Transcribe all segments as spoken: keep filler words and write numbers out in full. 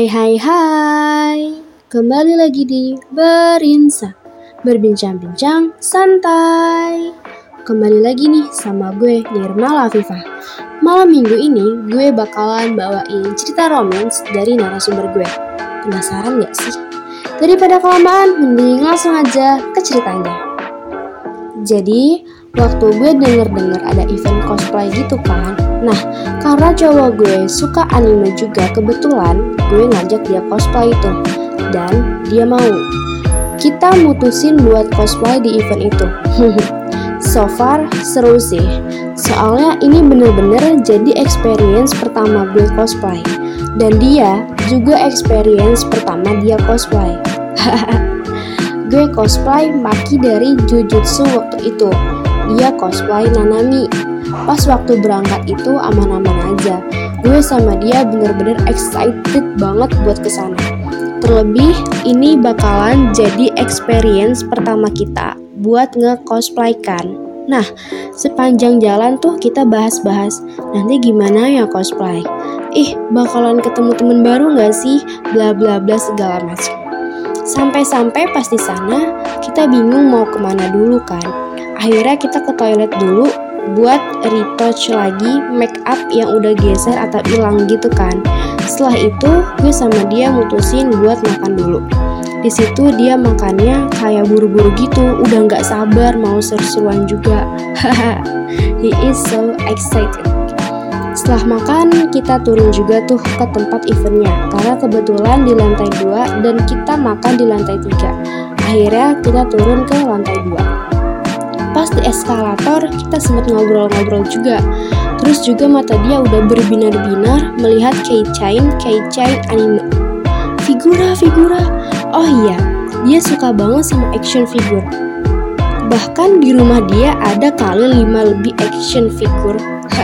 Hai hai hai, kembali lagi di Berinsa, berbincang-bincang santai. Kembali lagi nih sama gue Nirmala Afifah. Malam minggu ini gue bakalan bawain cerita romance dari narasumber gue. Penasaran gak sih? Daripada kelamaan, mending langsung aja ke ceritanya. Jadi, waktu gue denger-denger ada event cosplay gitu kan. Nah, karena cowok gue suka anime juga, kebetulan gue ngajak dia cosplay itu. Dan dia mau. Kita mutusin buat cosplay di event itu. So far, seru sih. Soalnya ini bener-bener jadi experience pertama gue cosplay. Dan dia juga experience pertama dia cosplay. Gue cosplay Maki dari Jujutsu waktu itu. Dia cosplay Nanami. Pas waktu berangkat itu aman-aman aja. Gue sama dia bener-bener excited banget buat kesana. Terlebih ini bakalan jadi experience pertama kita buat nge-cosplay kan. Nah, sepanjang jalan tuh kita bahas-bahas, nanti gimana ya cosplay? Ih, bakalan ketemu temen baru gak sih? Bla bla bla segala macam. Sampai-sampai pas di sana kita bingung mau kemana dulu kan. Akhirnya kita ke toilet dulu buat retouch lagi make up yang udah geser atau hilang gitu kan. Setelah itu gue sama dia mutusin buat makan dulu. Di situ dia makannya kayak buru-buru gitu, udah nggak sabar mau seru-seruan juga. He is so excited. Setelah makan kita turun juga tuh ke tempat eventnya karena kebetulan di lantai dua dan kita makan di lantai tiga. Akhirnya kita turun ke lantai dua. Pas di eskalator kita sempat ngobrol-ngobrol juga. Terus juga mata dia udah berbinar-binar melihat keychain keychain anime. Figura-figura. Oh iya, dia suka banget sama action figure. Bahkan di rumah dia ada kali lima lebih action figure.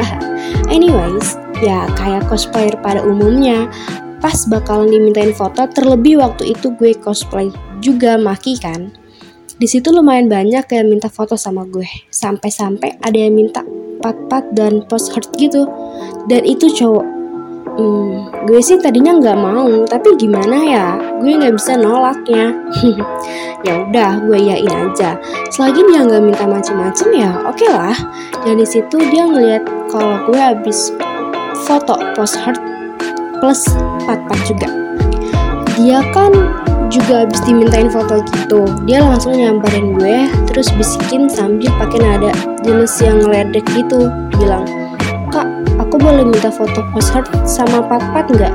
Anyways, ya kayak cosplayer pada umumnya. Pas bakalan dimintain foto, terlebih waktu itu gue cosplay juga Maki kan. Di situ lumayan banyak yang minta foto sama gue. Sampai-sampai ada yang minta pat-pat dan post heart gitu. Dan itu cowok. Hmm, gue sih tadinya nggak mau, tapi gimana ya? Gue nggak bisa nolaknya. Ya udah, gue yain aja. Selagi dia nggak minta macem-macem ya, oke okay lah. Dan di situ dia ngeliat kalau gue habis foto post heart plus pat-pat juga. Dia kan juga habis dimintain foto gitu, dia langsung nyamperin gue, terus bisikin sambil pakai nada jenis yang ngeledek gitu, bilang, "Kak, aku boleh minta foto post heart sama pat-pat nggak?"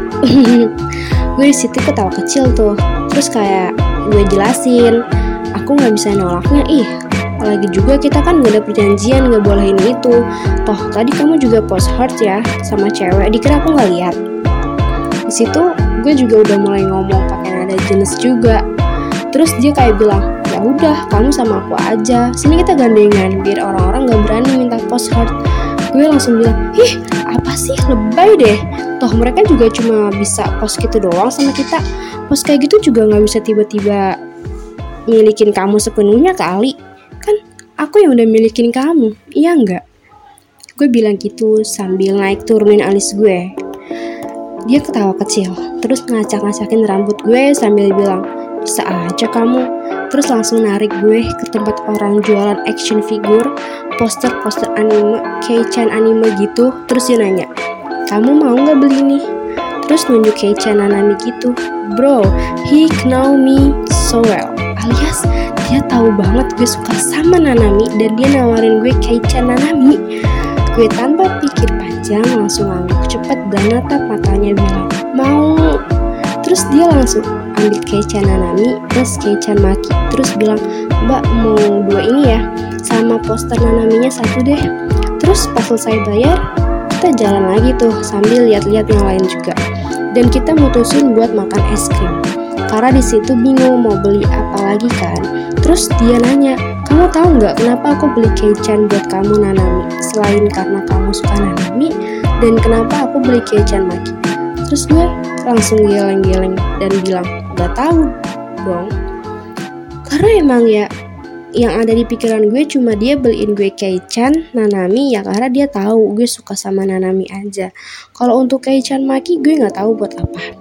Gue di situ ketawa kecil tuh, terus kayak gue jelasin, aku nggak bisa nolaknya, ih, apalagi juga kita kan gak ada perjanjian nggak bolehin itu. Toh tadi kamu juga post heart ya sama cewek, dikira aku nggak lihat. Di situ gue juga udah mulai ngomong pakai nada jenis juga. Terus dia kayak bilang, ya udah kamu sama aku aja, sini kita gandengan biar orang-orang nggak berani minta post heart. Gue langsung bilang, ih apa sih, lebay deh. Toh mereka juga cuma bisa post gitu doang sama kita. Post kayak gitu juga nggak bisa tiba-tiba milikin kamu sepenuhnya kali. Kan aku yang udah milikin kamu, iya nggak? Gue bilang gitu sambil naik turunin alis gue. Dia ketawa kecil, terus ngacak-ngacakin rambut gue sambil bilang, bisa aja kamu. Terus langsung narik gue ke tempat orang jualan action figure, poster-poster anime, keychain anime gitu. Terus dia nanya, kamu mau gak beli ini? Terus nunjuk keychain Nanami gitu. Bro, he know me so well. Alias, dia tahu banget gue suka sama Nanami dan dia nawarin gue keychain Nanami. Gue tanpa pikir panjang langsung ngangguk cepet dan natap matanya bilang, mau. Terus dia langsung ambil keychain Nanami plus keychain Maki. Terus bilang, mbak mau dua ini ya, sama poster Nanaminya satu deh. Terus pas selesai bayar, kita jalan lagi tuh sambil lihat-lihat yang lain juga. Dan kita mutusin buat makan es krim. Karena di situ bingung mau beli apa lagi kan. Terus dia nanya, kamu tahu nggak kenapa aku beli keychain buat kamu Nanami? Selain karena kamu suka Nanami, dan kenapa aku beli keychain Maki? Terus gue langsung geleng-geleng dan bilang, nggak tahu dong. Karena emang ya yang ada di pikiran gue cuma dia beliin gue keychain Nanami ya karena dia tahu gue suka sama Nanami aja. Kalau untuk keychain Maki gue nggak tahu buat apa.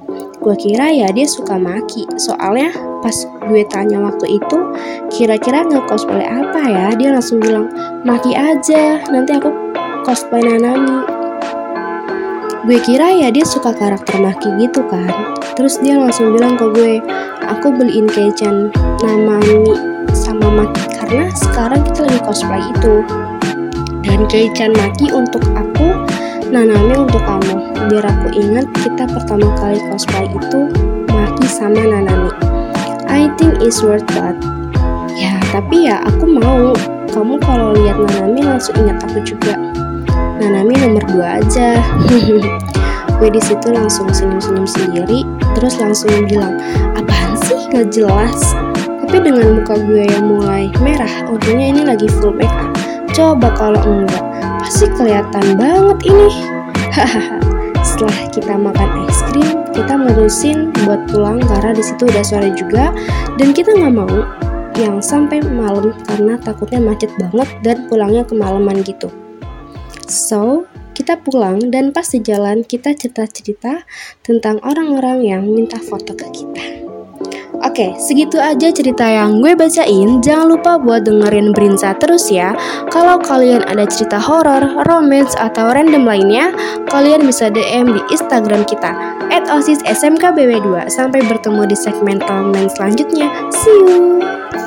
gue kira ya dia suka Maki. Soalnya pas gue tanya waktu itu, kira-kira nge-cosplay apa ya, dia langsung bilang, Maki aja, nanti aku cosplay Nanami. Gue kira ya dia suka karakter Maki gitu kan. Terus dia langsung bilang ke gue, aku beliin Kei-chan Nanami sama Maki karena sekarang kita lagi cosplay itu. Dan Kei-chan Maki untuk aku, Nanami untuk kamu. Biar aku ingat kita pertama kali cosplay itu Maki sama Nanami. I think it's worth that. Ya, tapi ya aku mau. Kamu kalau lihat Nanami langsung ingat aku juga. Nanami nomor dua aja. Gue di situ langsung senyum-senyum sendiri, terus langsung bilang, apaan sih gak jelas? Tapi dengan muka gue yang mulai merah, untungnya ini lagi full make up. Coba kalau enggak, pasti kelihatan banget ini. Hahaha. Setelah kita makan es krim, kita mutusin buat pulang karena di situ udah sore juga dan kita nggak mau yang sampai malam karena takutnya macet banget dan pulangnya kemalaman gitu. So, kita pulang dan pas di jalan kita cerita-cerita tentang orang-orang yang minta foto ke kita. Oke, segitu aja cerita yang gue bacain. Jangan lupa buat dengerin Brinsa terus ya. Kalau kalian ada cerita horor, romance, atau random lainnya, kalian bisa D M di Instagram kita at osis s m k b w dua. Sampai bertemu di segmen komen selanjutnya. See you!